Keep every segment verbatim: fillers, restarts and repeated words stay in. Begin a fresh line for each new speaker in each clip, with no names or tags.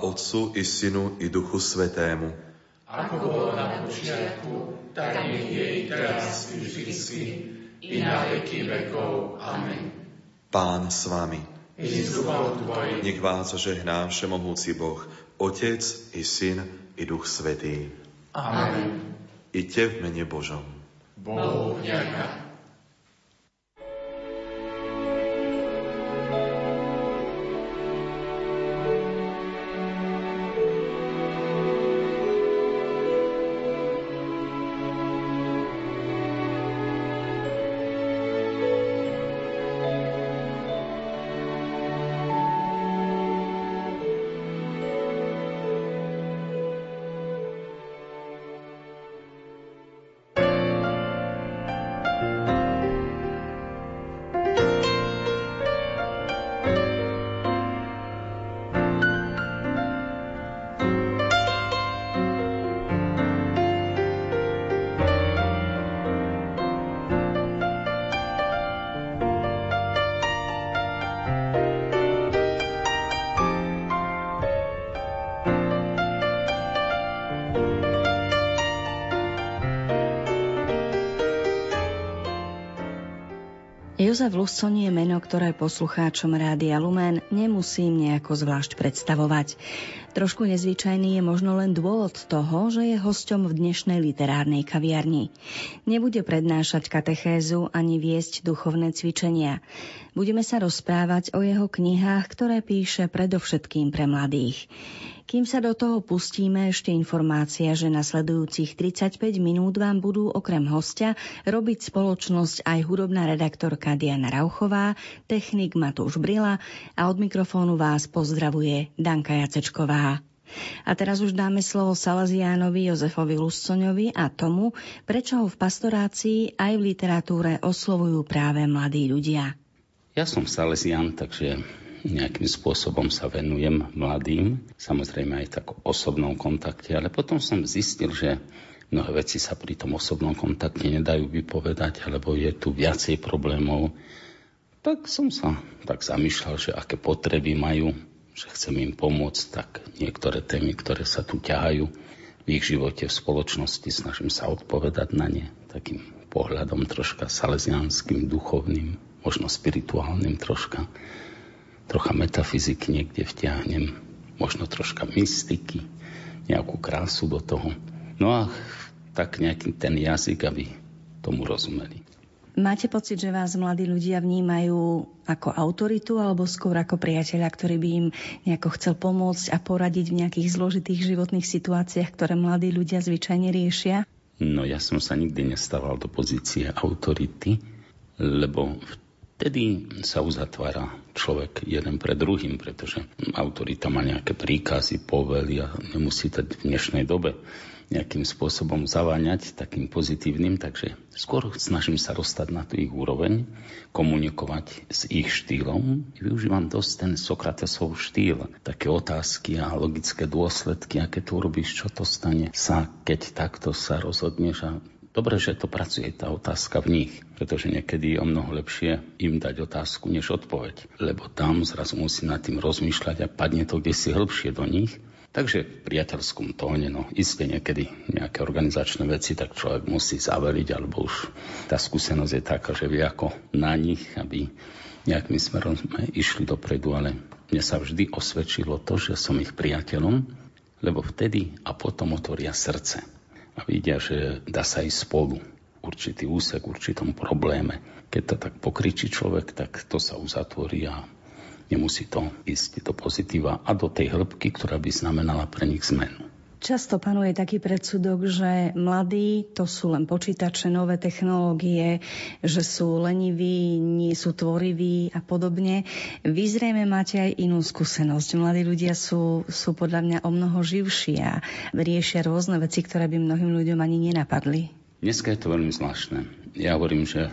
Otcu i Synu i Duchu Svätému.
Ako bolo na počiatku, tak nech je i teraz i vždycky, i na veky vekov. Amen.
Pán s vami.
I s duchom tvojim.
Nech vás žehná všemohúci Boh, Otec i Syn i Duch Svätý.
Amen.
Iďte v mene Božom.
Bohu vďaka.
Jozef Lusconi je meno, ktoré poslucháčom Rádia Lumen nemusím nejako zvlášť predstavovať. Trošku nezvyčajný je možno len dôvod toho, že je hosťom v dnešnej literárnej kaviarni. Nebude prednášať katechézu ani viesť duchovné cvičenia. Budeme sa rozprávať o jeho knihách, ktoré píše predovšetkým pre mladých. Kým sa do toho pustíme, ešte informácia, že nasledujúcich tridsaťpäť minút vám budú okrem hostia robiť spoločnosť aj hudobná redaktorka Diana Rauchová, technik Matúš Brila a od mikrofónu vás pozdravuje Danka Jacečková. A teraz už dáme slovo Salesiánovi Jozefovi Luscoňovi a tomu, prečo ho v pastorácii aj v literatúre oslovujú práve mladí ľudia.
Ja som Salesián, takže nejakým spôsobom sa venujem mladým, samozrejme aj tak v osobnom kontakte, ale potom som zistil, že mnohé veci sa pri tom osobnom kontakte nedajú vypovedať, alebo je tu viacej problémov. Tak som sa tak zamýšľal, že aké potreby majú, že chcem im pomôcť, tak niektoré témy, ktoré sa tu ťahajú v ich živote, v spoločnosti, snažím sa odpovedať na ne takým pohľadom troška salesiánskym, duchovným, možno spirituálnym troška. Trocha metafyziky niekde vtiahnem, možno troška mystiky, nejakú krásu do toho. No a tak nejaký ten jazyk, aby tomu rozumeli.
Máte pocit, že vás mladí ľudia vnímajú ako autoritu alebo skôr ako priateľa, ktorý by im nejako chcel pomôcť a poradiť v nejakých zložitých životných situáciách, ktoré mladí ľudia zvyčajne riešia?
No ja som sa nikdy nestával do pozície autority, lebo vtedy sa uzatvára človek jeden pred druhým, pretože autorita má nejaké príkazy, povely a nemusí to v dnešnej dobe nejakým spôsobom zaváňať takým pozitívnym, takže skôr snažím sa dostať na tú ich úroveň, komunikovať s ich štýlom. Využívam dosť ten Sokratesov štýl, také otázky a logické dôsledky, aké tu robíš, čo to stane sa, keď takto sa rozhodneš a dobre, že to pracuje tá otázka v nich, pretože niekedy je o mnoho lepšie im dať otázku než odpoveď, lebo tam zrazu musí nad tým rozmýšľať a padne to kdesi hĺbšie do nich. Takže v priateľskom tóne, no iste niekedy nejaké organizačné veci, tak človek musí zaveliť, alebo už tá skúsenosť je taká, že vie ako na nich, aby nejakým smerom sme išli dopredu, ale mne sa vždy osvedčilo to, že som ich priateľom, lebo vtedy a potom otvoria srdce. A vidia, že dá sa ísť spolu. Určitý úsek, určitom probléme. Keď to tak pokričí človek, tak to sa uzatvorí a nemusí to ísť do pozitíva a do tej hĺbky, ktorá by znamenala pre nich zmenu.
Často panuje taký predsudok, že mladí to sú len počítače, nové technológie, že sú leniví, nie sú tvoriví a podobne. Vy zrejme máte aj inú skúsenosť. Mladí ľudia sú, sú podľa mňa o mnoho živší a riešia rôzne veci, ktoré by mnohým ľuďom ani nenapadli.
Dneska je to veľmi zvláštne. Ja hovorím, že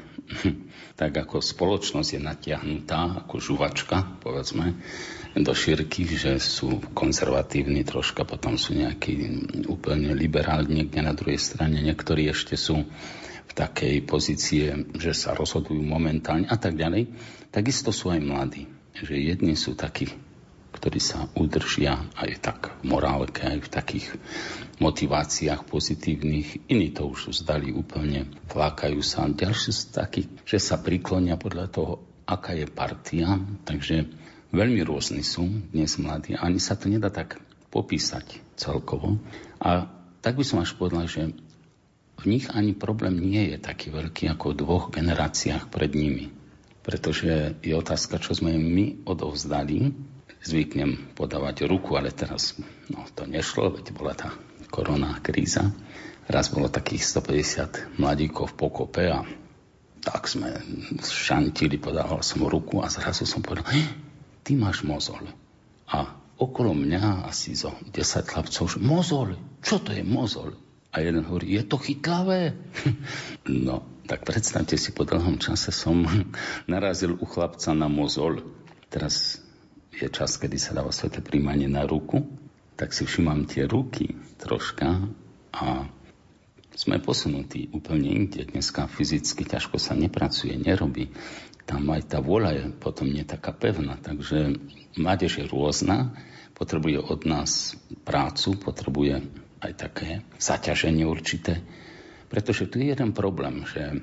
tak ako spoločnosť je natiahnutá, ako žuvačka, povedzme, do šírky, že sú konzervatívni troška, potom sú nejakí úplne liberálni, niekde na druhej strane, niektorí ešte sú v takej pozície, že sa rozhodujú momentálne a tak ďalej. Takisto sú aj mladí, že jedni sú takí, ktorí sa udržia aj tak v morálke, aj v takých motiváciách pozitívnych. Iní to už zdali úplne, flákajú sa. Ďalší sú takí, že sa priklonia podľa toho, aká je partia. Takže veľmi rôzni sú dnes mladí. Ani sa to nedá tak popísať celkovo. A tak by som až povedal, že v nich ani problém nie je taký veľký ako v dvoch generáciách pred nimi. Pretože je otázka, čo sme my odovzdali. Zvyknem podávať ruku, ale teraz no, to nešlo, veď bola tá korona kríza. Raz bolo takých stopäťdesiat mladíkov v pokope a tak sme šantili, podával som ruku a zrazu som povedal, ty máš mozol. A okolo mňa asi zo desať chlapcov, že mozol, čo to je mozol? A jeden hovorí, je to chytlavé? No, tak predstavte si, po dlhom čase som narazil u chlapca na mozol. Teraz je čas, kedy sa dáva sväté príjmanie na ruku, tak si všímam tie ruky troška a sme posunutí úplne inde. Dneska fyzicky ťažko sa nepracuje, nerobí. Tam aj tá vôľa je potom nie taká pevná, takže mládež je rôzna, potrebuje od nás prácu, potrebuje aj také zaťaženie určité, pretože tu je jeden problém, že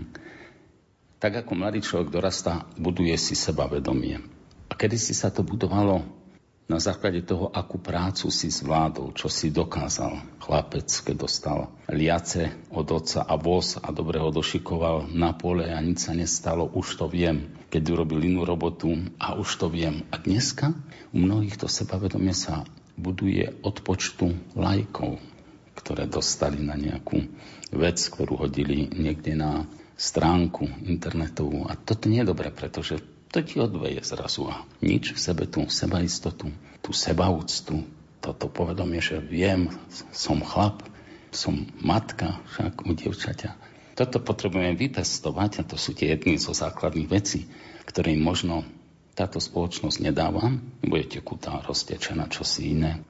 tak ako mladý človek dorastá, buduje si sebavedomie. A kedysi sa to budovalo na základe toho, akú prácu si zvládol, čo si dokázal. Chlapec, keď dostal liace od otca a voz a dobre ho došikoval na pole a nič sa nestalo, už to viem. Keď urobil inú robotu a už to viem. A dneska u mnohých to sebavedomie sa buduje od počtu lajkov, ktoré dostali na nejakú vec, ktorú hodili niekde na stránku internetovú. A toto nie je dobré, pretože to ti odveje zrazu a nič v sebe, tú sebaistotu, tú sebaúctu, toto povedomie, že viem, som chlap, som matka však u dievčaťa. Toto potrebujeme vypestovať a to sú tie jedny zo základných vecí, ktoré možno táto spoločnosť nedáva. Budete kutá roztečená, čosi iné.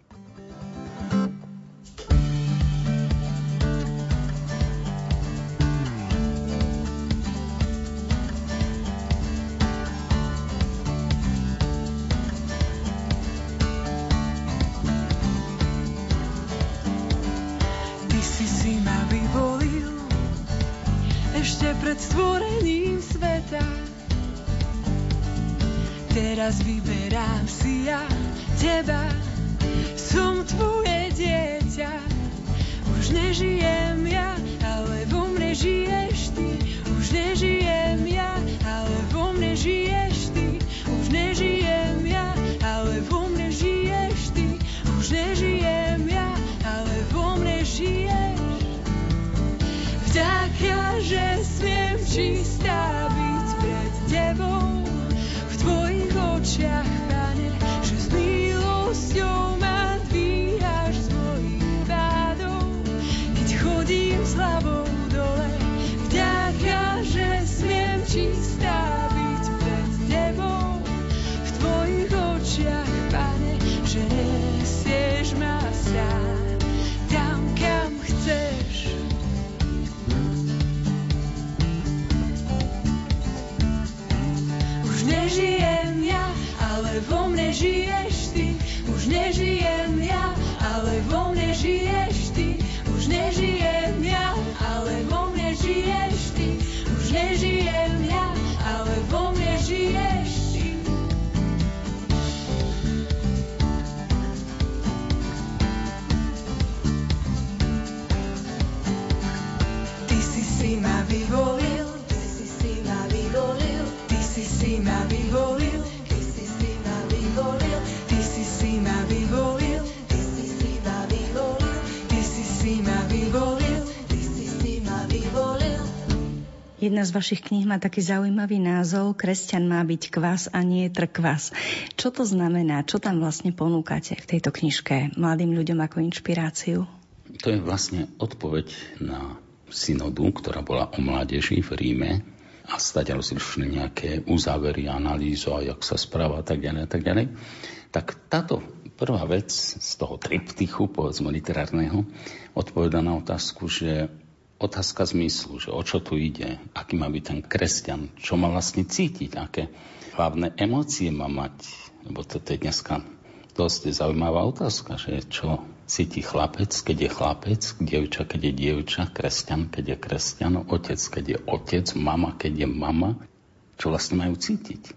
Teraz vyberám si ja teba, som tvoje dieťa. Už nežijem ja, ale vo mne žiješ ty. Už nežijem ja, ale vo mne žiješ ty. Už nežijem ja, ale vo mne žiješ ty. Už nežijem ja, ale vo mne žiješ. Vďaka, že smiem čistá byť pred tebou. V tvojich očiach, Pane, že s milosťou ma dvíhaš z mojich pádov. Keď chodím s hlavou dole, vďaka, že smiem čistá byť pred tebou. V tvojich očiach, Pane, že nesieš ma sám tam, kam chceš. Nežijem ja, ale vo mne žiješ ty. Už nežijem ja, ale vo mne žiješ ty. Už nežijem ja, ale vo mne žiješ ty. Už nežijem ja, ale vo mne žiješ ty. Ty si si ma vyvolil, ty si si ma vyvolil. Ty si si ma vyvolil, ty si si ma vyvolil, ty si si ma vyvolil, ty si si ma vyvolil, ty si si ma vyvolil, ty si si ma vyvolil.
Jedna z vašich kníh má taký zaujímavý názov Kresťan má byť kvas a nie trkvas. Čo to znamená? Čo tam vlastne ponúkate v tejto knižke mladým ľuďom ako inšpiráciu? To
je vlastne odpoveď na synodu, ktorá bola o mládeži v Ríme. A stadiaľ si išli nejaké uzávery, analýzu a jak sa správa a tak ďalej a tak ďalej. Tak táto prvá vec z toho triptychu, povedzme literárneho, odpoveda na otázku, že otázka zmyslu, že o čo tu ide, aký má byť ten kresťan, čo má vlastne cítiť, aké hlavné emócie má mať, lebo toto je dneska dosť zaujímavá otázka, že čo cíti chlapec, keď je chlapec, dievča, keď je dievča, kresťan, keď je kresťan, otec, keď je otec, mama, keď je mama, čo vlastne majú cítiť.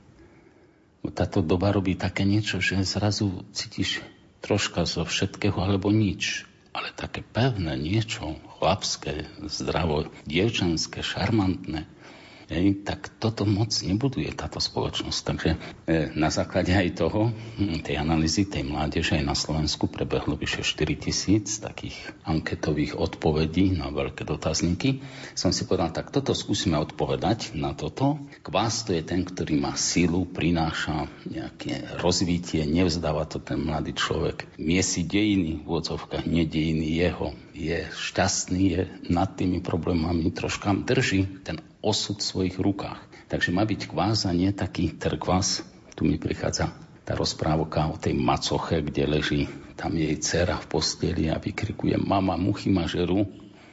Táto doba robí také niečo, že zrazu cítiš troška zo všetkého alebo nič. Ale také pevné niečo, chlapské, zdravo, dievčanské, šarmantné, Ej, tak toto moc nebuduje táto spoločnosť. Takže e, na základe aj toho, tej analýzy tej mládeže aj na Slovensku prebehlo vyše štyri tisíc takých anketových odpovedí na veľké dotazníky. Som si povedal, tak toto skúsime odpovedať na toto. Kvás to je ten, ktorý má silu, prináša nejaké rozvítie, nevzdáva to ten mladý človek. Miesi dejiny v odzovkách, nie dejiny jeho. Je šťastný, je nad tými problémami, troška drží ten osud v svojich rukách. Takže má byť kvás a nie taký trkvás. Tu mi prichádza tá rozprávka o tej macoche, kde leží tam jej dcera v posteli a vykrikuje: mama, muchy ma žerú.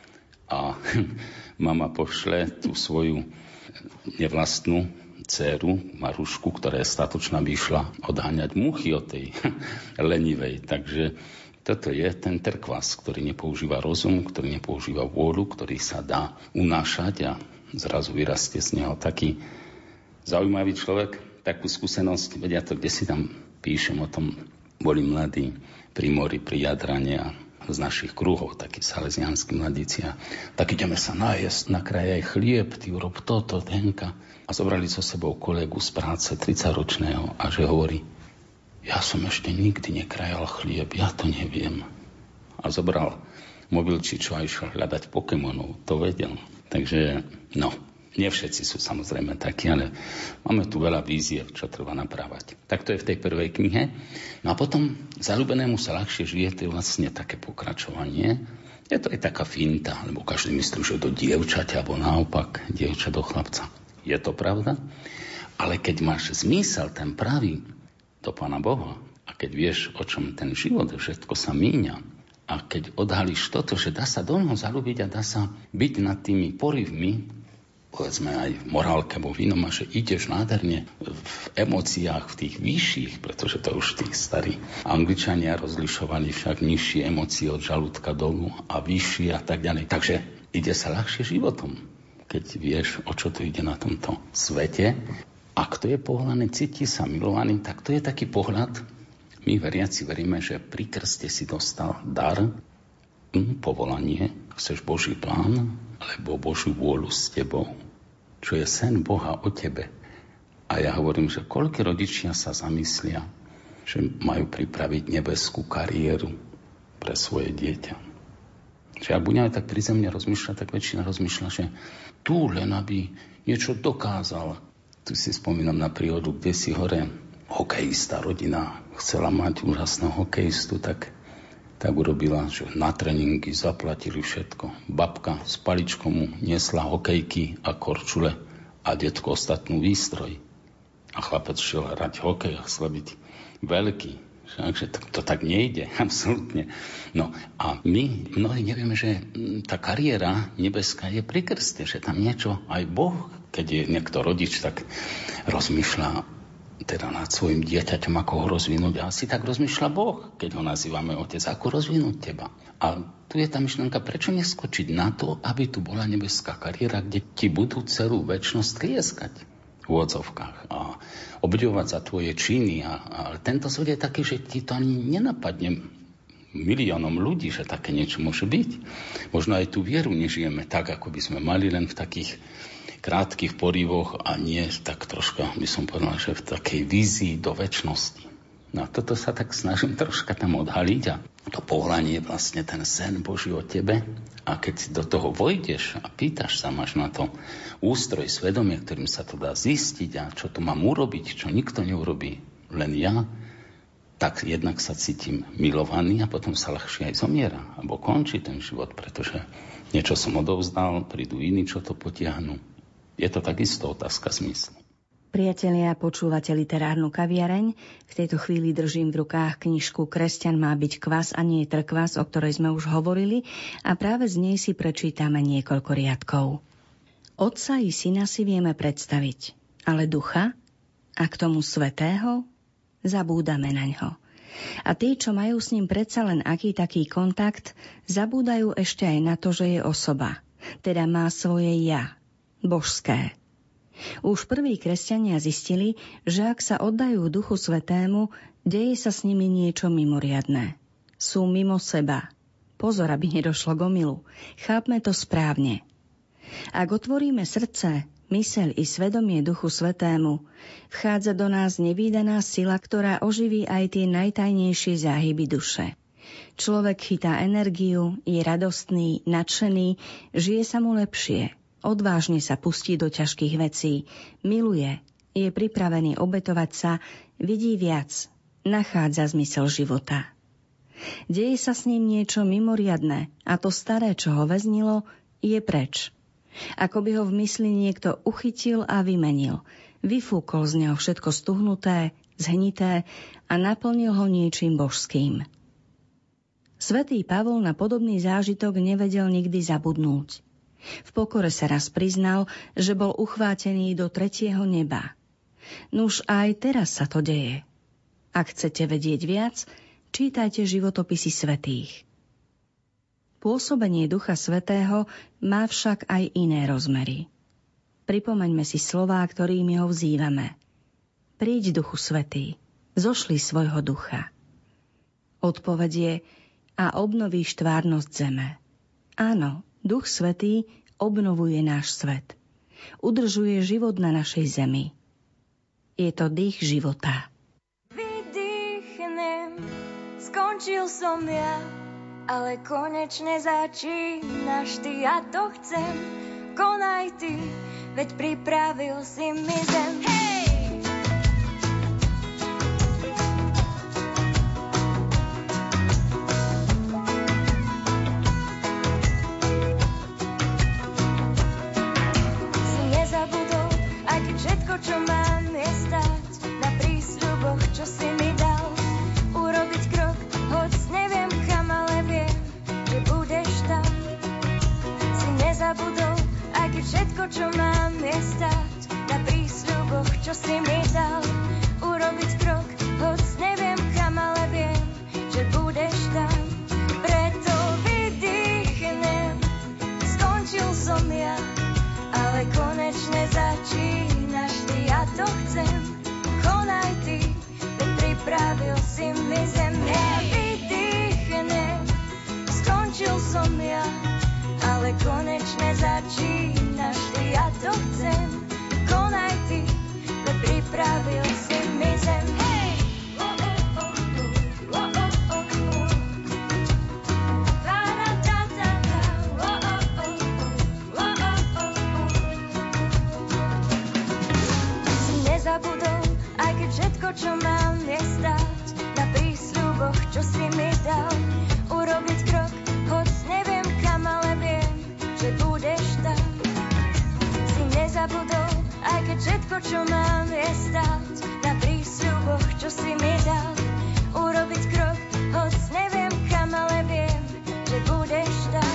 A mama pošle tú svoju nevlastnú dceru, Marušku, ktorá je statočná, by išla odháňať muchy od tej lenivej. Takže toto je ten trkvás, ktorý nepoužíva rozum, ktorý nepoužíva vôľu, ktorý sa dá unášať a zrazu vyrastie z neho taký zaujímavý človek. Takú skúsenosť, vedia to, kde si tam píšem o tom, boli mladí pri mori, pri Jadrane a z našich kruhov, takí salesianskí mladíci. A tak ideme sa najesť, na kraji aj chlieb, ty urob toto, tenka. A zobrali so sebou kolegu z práce, tridsaťročného, a že hovorí: ja som ešte nikdy nekrajal chlieb, ja to neviem. A zobral mobilčičo a išiel hľadať Pokémonov, to vedel. Takže, no, nie všetci sú samozrejme takí, ale máme tu veľa víziev, čo treba naprávať. Tak to je v tej prvej knihe. No a potom zaľúbenému sa ľahšie žije, to je vlastne také pokračovanie. Je to aj taká finta, lebo každý myslí, že do dievčaťa, alebo naopak, dievča do chlapca. Je to pravda? Ale keď máš zmysel, ten pravý, do Pána Boha, a keď vieš, o čom ten život, všetko sa míňa, a keď odhalíš toto, že dá sa do neho zalúbiť a dá sa byť nad tými porivmi, povedzme aj v morálke alebo v inom, a že ideš nádherne v emóciách, v tých vyšších, pretože to už tí starí Angličania rozlišovali však nižšie emócie od žalúdka dolu a vyššie a tak ďalej. Takže ide sa ľahšie životom, keď vieš, o čo tu ide na tomto svete. A kto je pohľadný, cíti sa milovaný, tak to je taký pohľad. My veriaci veríme, že pri krste si dostal dar, povolanie, chceš Boží plán, alebo Božiu vôľu s tebou, čo je sen Boha o tebe. A ja hovorím, že koľko rodičia sa zamyslia, že majú pripraviť nebeskú kariéru pre svoje dieťa. Že ak budeme tak pri zemne rozmýšľať, tak väčšina rozmýšľa, že tu len aby niečo dokázal. Tu si spomínam na prírodu, kde si hore hokejista, rodina chcela mať úžasného hokejistu, tak, tak urobila, že na tréningy zaplatili všetko. Babka s paličkou mu niesla hokejky a korčule a detko ostatnú výstroj. A chlapec šiel hrať hokej a chcel byť veľký. Takže to, to tak nejde, absolútne. No a my mnohí nevieme, že tá kariéra nebeská je pri krste, že tam niečo, aj Boh, keď je niekto rodič, tak rozmýšľa teda nad svojim dieťaťom, ako ho rozvinúť. A asi tak rozmýšľa Boh, keď ho nazývame otec, ako rozvinúť teba. A tu je tá myšlienka, prečo neskočiť na to, aby tu bola nebeská kariéra, kde ti budú celú večnosť tlieskať v odzovkách a obdivovať za tvoje činy. A, a tento svet je taký, že ti to ani nenapadne miliónom ľudí, že také niečo môže byť. Možno aj tú vieru nežijeme tak, ako by sme mali, len v takých krátkych porývoch a nie tak troška, by som povedal, že v takej vízii do večnosti. No a toto sa tak snažím troška tam odhaliť a to povolanie je vlastne ten sen Boží o tebe. A keď si do toho vojdeš a pýtaš sa, máš na to ústroj svedomia, ktorým sa to dá zistiť a čo tu mám urobiť, čo nikto neurobí, len ja, tak jednak sa cítim milovaný a potom sa ľahšie aj zomiera, alebo končí ten život, pretože niečo som odovzdal, prídu iní, čo to potiahnu. Je to takisto otázka zmyslu.
Priatelia, počúvate literárnu kaviareň. V tejto chvíli držím v rukách knižku Kresťan má byť kvas a nie trkvas, o ktorej sme už hovorili, a práve z nej si prečítame niekoľko riadkov. Otca i syna si vieme predstaviť, ale ducha a k tomu svätého zabúdame naňho. A tí, čo majú s ním predsa len aký taký kontakt, zabúdajú ešte aj na to, že je osoba, teda má svoje ja, božské. Už prví kresťania zistili, že ak sa oddajú Duchu Svätému, deje sa s nimi niečo mimoriadne. Sú mimo seba. Pozor, aby nedošlo k omylu. Chápme to správne. Ak otvoríme srdce, myseľ i svedomie Duchu Svätému, vchádza do nás nevídaná sila, ktorá oživí aj tie najtajnejšie záhyby duše. Človek chytá energiu, je radostný, nadšený, žije sa mu lepšie, odvážne sa pustí do ťažkých vecí, miluje, je pripravený obetovať sa, vidí viac, nachádza zmysel života. Deje sa s ním niečo mimoriadne a to staré, čo ho väznilo, je preč. Ako by ho v mysli niekto uchytil a vymenil. Vyfúkol z neho všetko stuhnuté, zhnité a naplnil ho niečím božským. Svätý Pavol na podobný zážitok nevedel nikdy zabudnúť. V pokore sa raz priznal, že bol uchvátený do tretieho neba. Nuž aj teraz sa to deje. Ak chcete vedieť viac, čítajte životopisy svätých. Pôsobenie Ducha Svätého má však aj iné rozmery. Pripomeňme si slová, ktorými ho vzývame. Príď, Duchu Svätý, zošli svojho ducha. Odpoveď je, a obnovíš tvárnosť zeme. Áno, Duch Svätý obnovuje náš svet. Udržuje život na našej zemi. Je to dých života.
Vydýchnem, skončil som ja, ale konečne začínaš ty, ja to chcem. Konaj ty, veď pripravil si mi zem. Hej! Si nezabudol, aj keď všetko, čo mám, je stáť na prísľuboch, čo si mi dal. Urobiť krok, hoď neviem kam, ale viem, že budeš tam. Si nezabudol, aj keď všetko, čo mám, je stáť na prísľuboch, čo si mi dal. Urobiť krok, hoď neviem kam, ale viem, že budeš tam. Preto vydýchnem, skončil som ja, ale konečne začínaš ty, ja to chcem. Konaj ty, veď pripravil si mi zem. Ja vydýchnem, skončil som ja, ale konečne začínaš ty, ja to chcem. Konaj ty, veď pripravil si mi zem. Hej! Si nezabudol, aj keď všetko, čo mám, je stáť na prísľuboch, čo si mi dal. Urobiť krok, hoď neviem kam, ale viem, že budeš tam. Si nezabudol, aj keď všetko, čo mám, je stáť na prísľuboch, čo si mi dal. Urobiť krok, hoď neviem kam, ale viem, že budeš tam.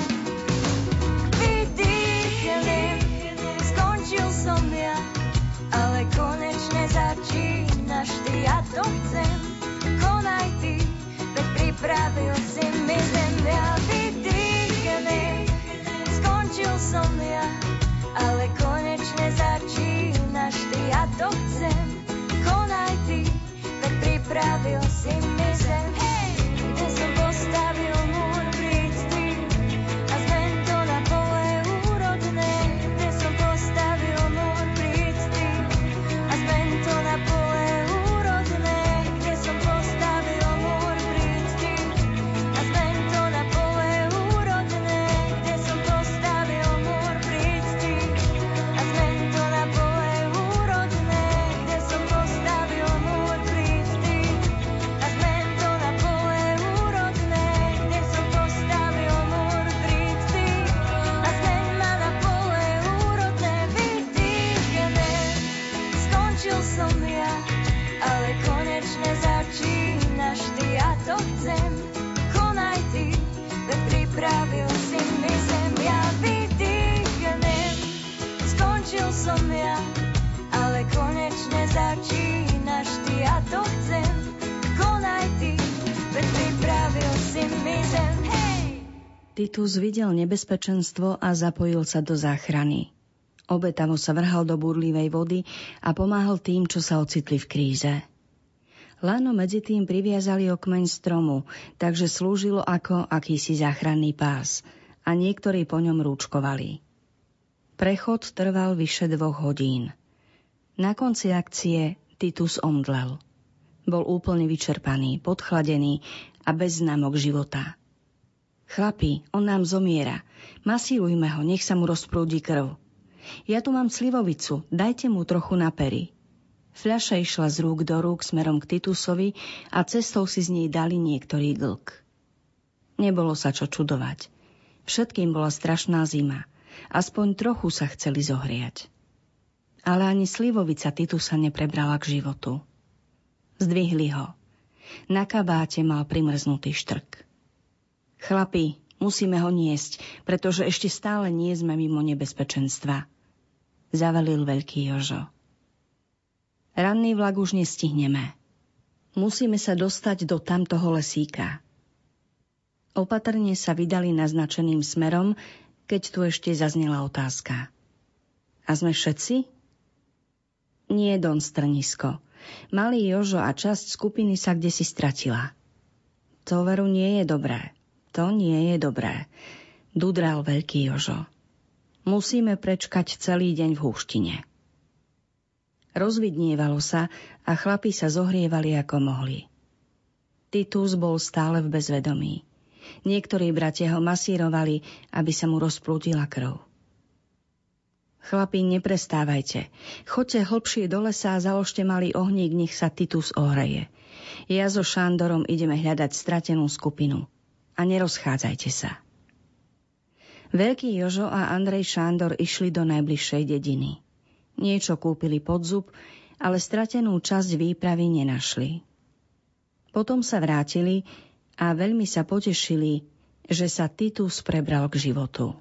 Vydýchnem, skončil som ja, ale konečne začínaš ty, ja to chcem. Konaj ty, veď pripravil si mi zem. Ja vydýchnem, skončil som ja, ale konečne začínaš ty, ja to chcem. Konaj ty, veď pripravil si mi zem. Hej! Kde som postavil múr, príď ty a zmeň to na pole úrodné. Kde som postavil múr, príď ty a zmeň to na pole úrodné. Kde som postavil múr, príď ty a zmeň to na pole úrodné. Kde som postavil múr, príď ty a zmeň to na pole úrodné. Kde som postavil múr, príď ty a zmeň
Titus videl nebezpečenstvo a zapojil sa do záchrany. Obetavo sa vrhal do búrlivej vody a pomáhal tým, čo sa ocitli v kríze. Láno medzi tým priviazali o kmeň stromu, takže slúžilo ako akýsi záchranný pás a niektorí po ňom rúčkovali. Prechod trval vyše dvoch hodín. Na konci akcie Titus omdlel. Bol úplne vyčerpaný, podchladený a bez známok života. Chlapi, on nám zomiera. Masírujme ho, nech sa mu rozprúdi krv. Ja tu mám slivovicu, dajte mu trochu na pery. Fľaša išla z rúk do rúk smerom k Titusovi a cestou si z nej dali niektorý glk. Nebolo sa čo čudovať. Všetkým bola strašná zima. Aspoň trochu sa chceli zohriať. Ale ani slivovica Titusa neprebrala k životu. Zdvihli ho. Na kabáte mal primrznutý štrk. Chlapi, musíme ho niesť, pretože ešte stále nie sme mimo nebezpečenstva. Zavelil veľký Jožo. Ranný vlak už nestihneme. Musíme sa dostať do tamtoho lesíka. Opatrne sa vydali naznačeným smerom, keď tu ešte zaznela otázka. A sme všetci? Nie, Don Strnisko. Malý Jožo a časť skupiny sa kdesi stratila. To veru nie je dobré. To nie je dobré. Dudral veľký Jožo. Musíme prečkať celý deň v húštine. Rozvidnievalo sa a chlapi sa zohrievali ako mohli. Titus bol stále v bezvedomí. Niektorí bratia ho masírovali, aby sa mu rozprúdila krv. Chlapi, neprestávajte. Choďte hlbšie do lesa a založte malý ohník, nech sa Titus ohreje. Ja so Šándorom ideme hľadať stratenú skupinu. A nerozchádzajte sa. Veľký Jožo a Andrej Šándor išli do najbližšej dediny. Niečo kúpili pod zub, ale stratenú časť výpravy nenašli. Potom sa vrátili a veľmi sa potešili, že sa Titus prebral k životu.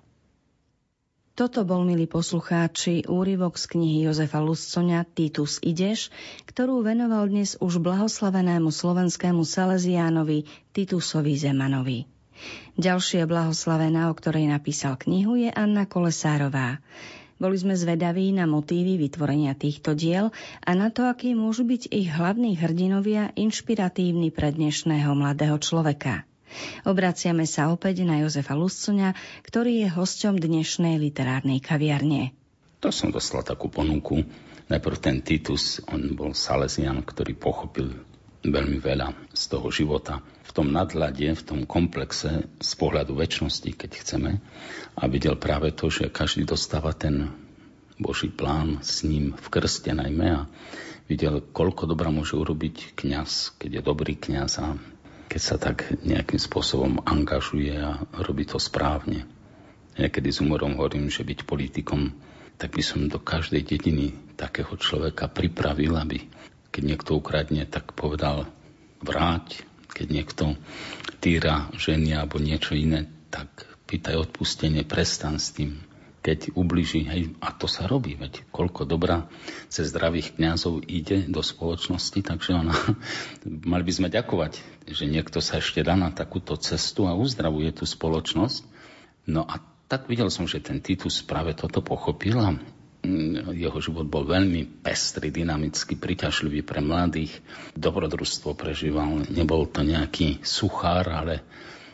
Toto bol, milí poslucháči, úryvok z knihy Jozefa Luscoňa Titus, ideš?, ktorú venoval dnes už blahoslavenému slovenskému Salesiánovi Titusovi Zemanovi. Ďalšia blahoslavená, o ktorej napísal knihu, je Anna Kolesárová. Boli sme zvedaví na motívy vytvorenia týchto diel a na to, akí môžu byť ich hlavní hrdinovia inšpiratívni pre dnešného mladého človeka. Obraciame sa opäť na Jozefa Luscoňa, ktorý je hosťom dnešnej literárnej kaviarne.
To som dostal takú ponuku. Najprv ten Titus, on bol Salesián, ktorý pochopil veľmi veľa z toho života. V tom nadhľade, v tom komplexe z pohľadu večnosti, keď chceme. A videl práve to, že každý dostáva ten Boží plán s ním v krste najmä. A videl, koľko dobra môže urobiť kňaz, keď je dobrý kňaz a keď sa tak nejakým spôsobom angažuje a robí to správne. Niekedy s humorom hovorím, že byť politikom, tak by som do každej dediny takého človeka pripravil, aby keď niekto ukradne, tak povedal vráť. Keď niekto týra ženy alebo niečo iné, tak pýtaj odpustenie, prestan s tým. Keď ubliží, hej, a to sa robí, veď koľko dobra cez zdravých kňazov ide do spoločnosti, takže ona, mali by sme ďakovať, že niekto sa ešte dá na takúto cestu a uzdravuje tú spoločnosť. No a tak videl som, že ten Titus práve toto pochopil a jeho život bol veľmi pestrý, dynamický, priťažlivý pre mladých. Dobrodružstvo prežíval, nebol to nejaký suchár, ale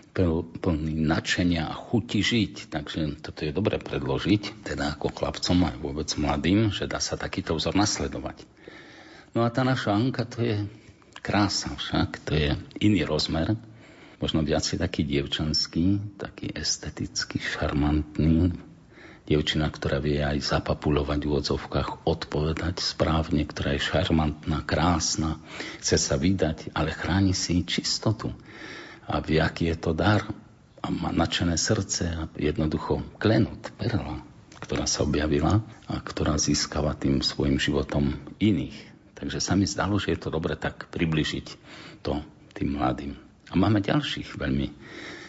plný nadšenia a chuti žiť. Takže toto je dobre predložiť, teda ako chlapcom aj vôbec mladým, že dá sa takýto vzor nasledovať. No a tá naša Anka, to je krása však, to je iný rozmer, možno viacej taký dievčanský, taký estetický, šarmantný. Dievčina, ktorá vie aj zapapulovať v odzovkách, odpovedať správne, ktorá je šarmantná, krásna, chce sa vydať, ale chráni si čistotu. A vie, aký je to dar a má nadšené srdce a jednoducho klenot, perla, ktorá sa objavila a ktorá získava tým svojim životom iných. Takže sa mi zdalo, že je to dobre tak približiť to tým mladým. A máme ďalších veľmi e,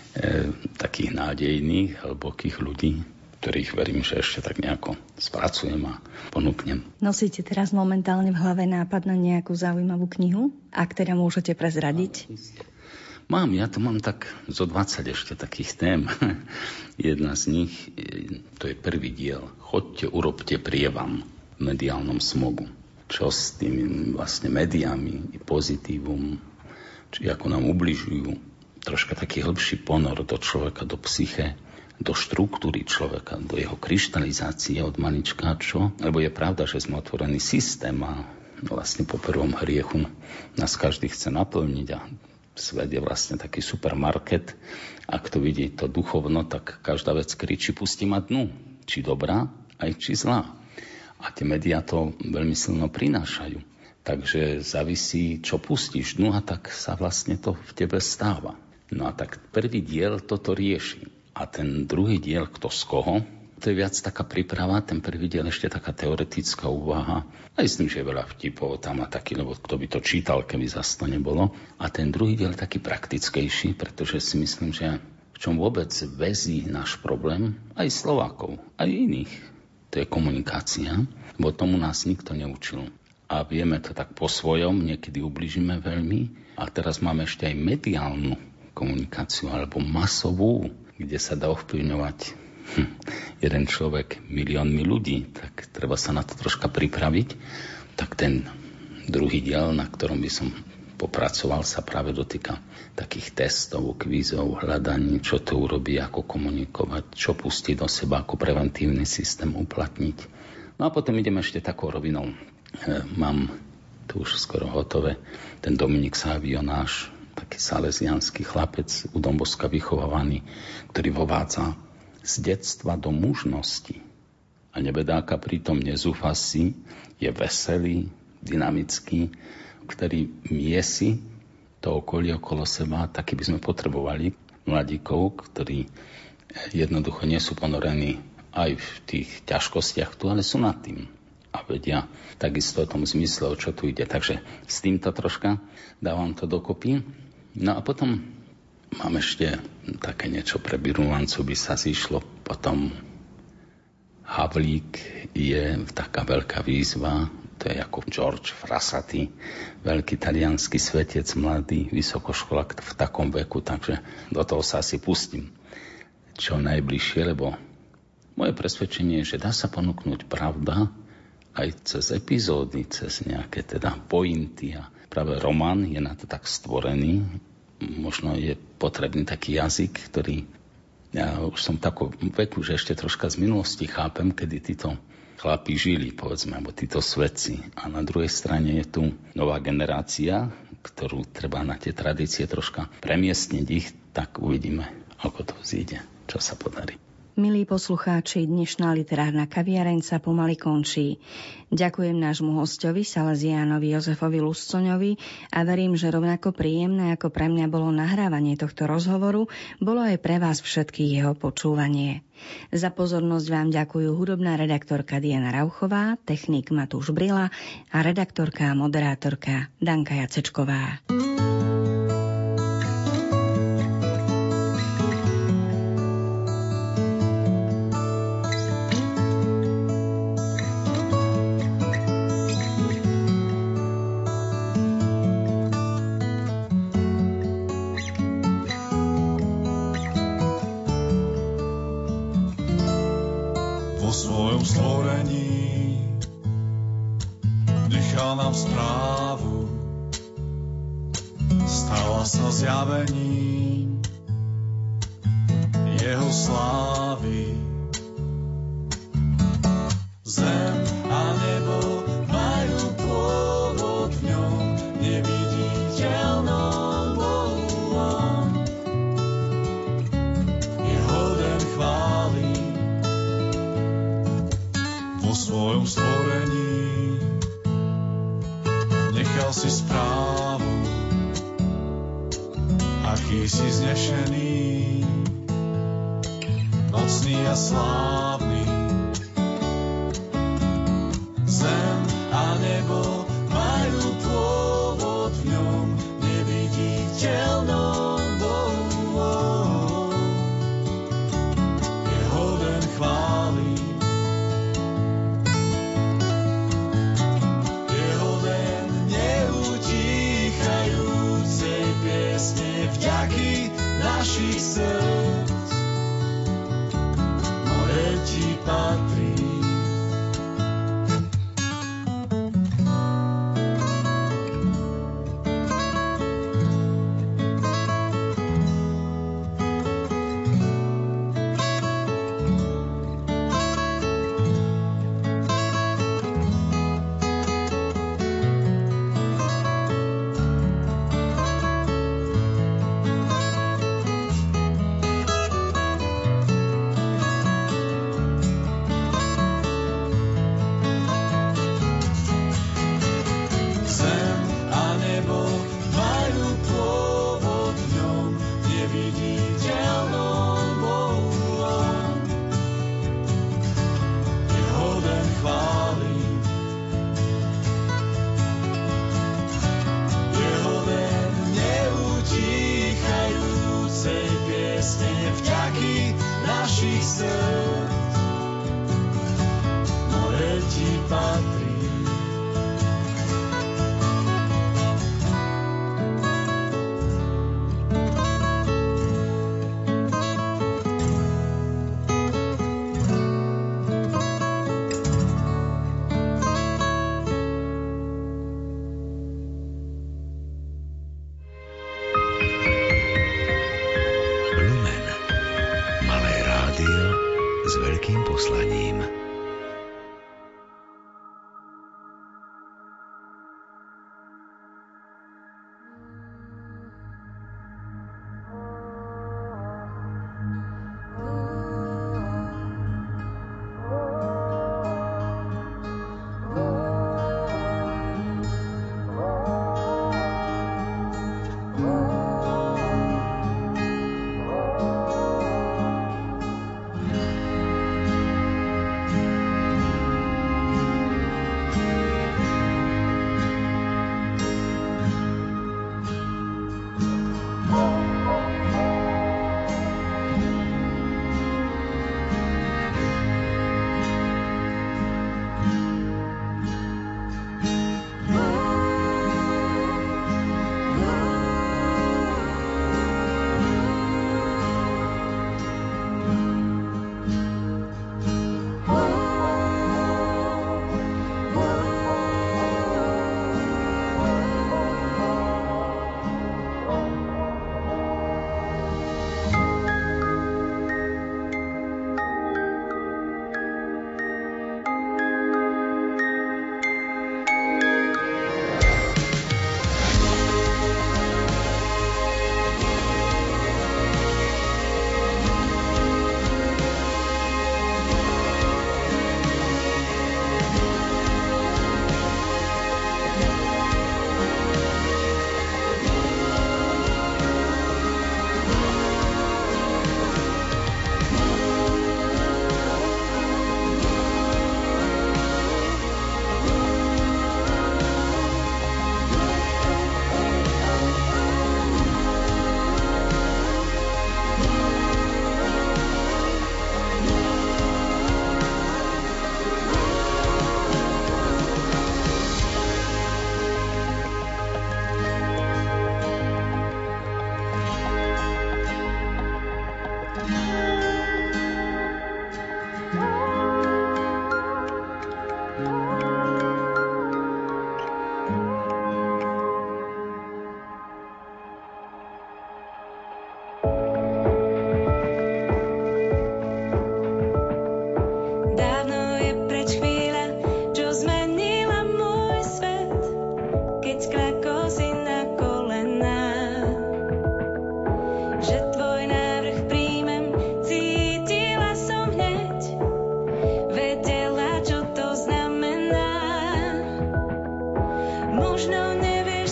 takých nádejných, hlbokých ľudí, ktorých verím, že ešte tak nejako spracujem a ponúknem. Nosíte
teraz momentálne v hlave nápad na nejakú zaujímavú knihu, ak teda môžete prezradiť?
Mám, ja to mám tak zo dvadsať ešte takých tém. Jedna z nich, to je prvý diel. Choďte, urobte prievan v mediálnom smogu. Čo s tými vlastne médiami, pozitívum, či ako nám ubližujú. Troška taký hĺbší ponor do človeka, do psyche, do štruktúry človeka, do jeho kryštalizácie od malička, čo? Lebo je pravda, že sme otvorený systém a vlastne po prvom hriechu nás každý chce naplniť a svet je vlastne taký supermarket. Ak to vidí to duchovno, tak každá vec kričí, pustí ma dnu. Či dobrá, aj či zlá. A tie médiá to veľmi silno prinášajú. Takže závisí, čo pustíš dnu, a tak sa vlastne to v tebe stáva. No a tak prvý diel toto rieši. A ten druhý diel, kto z koho, to je viac taká príprava, ten prvý diel ešte taká teoretická úvaha. A myslím, že je veľa vtipov tam a taký, lebo kto by to čítal, keby zas to nebolo. A ten druhý diel je taký praktickejší, pretože si myslím, že v čom vôbec väzí náš problém, aj Slovákov, aj iných, to je komunikácia, bo tomu nás nikto neučil. A vieme to tak po svojom, niekedy ubližíme veľmi. A teraz máme ešte aj mediálnu komunikáciu, alebo masovú, kde sa dá ovplyvňovať hm, jeden človek miliónmi ľudí, tak treba sa na to troška pripraviť. Tak ten druhý diel, na ktorom by som popracoval, sa práve dotýka takých testov, kvízov, hľadaní, čo to urobí, ako komunikovať, čo pustiť do seba, ako preventívny systém uplatniť. No a potom ideme ešte takou rovinou. E, mám tu už skoro hotové, ten Dominik Savio, náš taký salesiánsky chlapec, u Domboska vychovávaný, ktorý vovádza z detstva do mužnosti. A nebedáka pritom nezúfasí, je veselý, dynamický, ktorý miesi to okolie okolo seba. Taký by sme potrebovali mladíkov, ktorí jednoducho nie sú ponorení aj v tých ťažkostiach tu, ale sú nad tým a vedia takisto o tom zmysle, o čo tu ide. Takže s týmto troška dávam to dokopy. No a potom mám ešte také niečo pre Birulancov, by sa zišlo. Potom Havlík je taká veľká výzva, to je ako George Frassati, veľký taliansky svetec, mladý vysokoškolák v takom veku, takže do toho sa asi pustím čo najbližšie, lebo moje presvedčenie je, že dá sa ponúknuť pravda aj cez epizódy, cez nejaké teda pointy, a práve román je na to tak stvorený. Možno je potrebný taký jazyk, ktorý ja už som v takom veku, že ešte troška z minulosti chápem, kedy títo chlapi žili, povedzme, alebo títo svetci. A na druhej strane je tu nová generácia, ktorú treba na tie tradície troška premiestniť ich, tak uvidíme, ako to vzíde, čo sa podarí.
Milí poslucháči, dnešná literárna kaviareň sa pomaly končí. Ďakujem nášmu hosťovi, Salesiánovi Jozefovi Luscoňovi, a verím, že rovnako príjemné, ako pre mňa bolo nahrávanie tohto rozhovoru, bolo aj pre vás všetkých jeho počúvanie. Za pozornosť vám ďakujú hudobná redaktorka Diana Rauchová, technik Matúš Brila a redaktorka a moderátorka Danka Jacečková.
Správu stala sa zjavením jeho slávy. Zem a nebo majú pôvod v ňom, neviditeľnom Bohu on je hoden chvály. Vo svojom stvorení nechal si správu, aký si znešený, mocný a slávny. Zem a nebo majú pôvod v ňom, neviditeľnom Bohu je hoden chvály. Vďaka našich srdc. Moje ti patrí.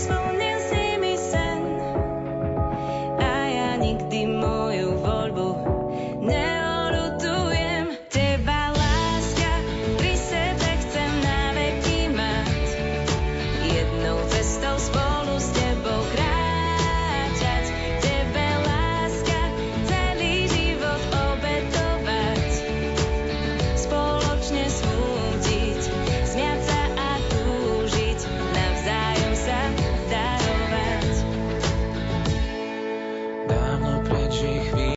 nikdy moju voľbu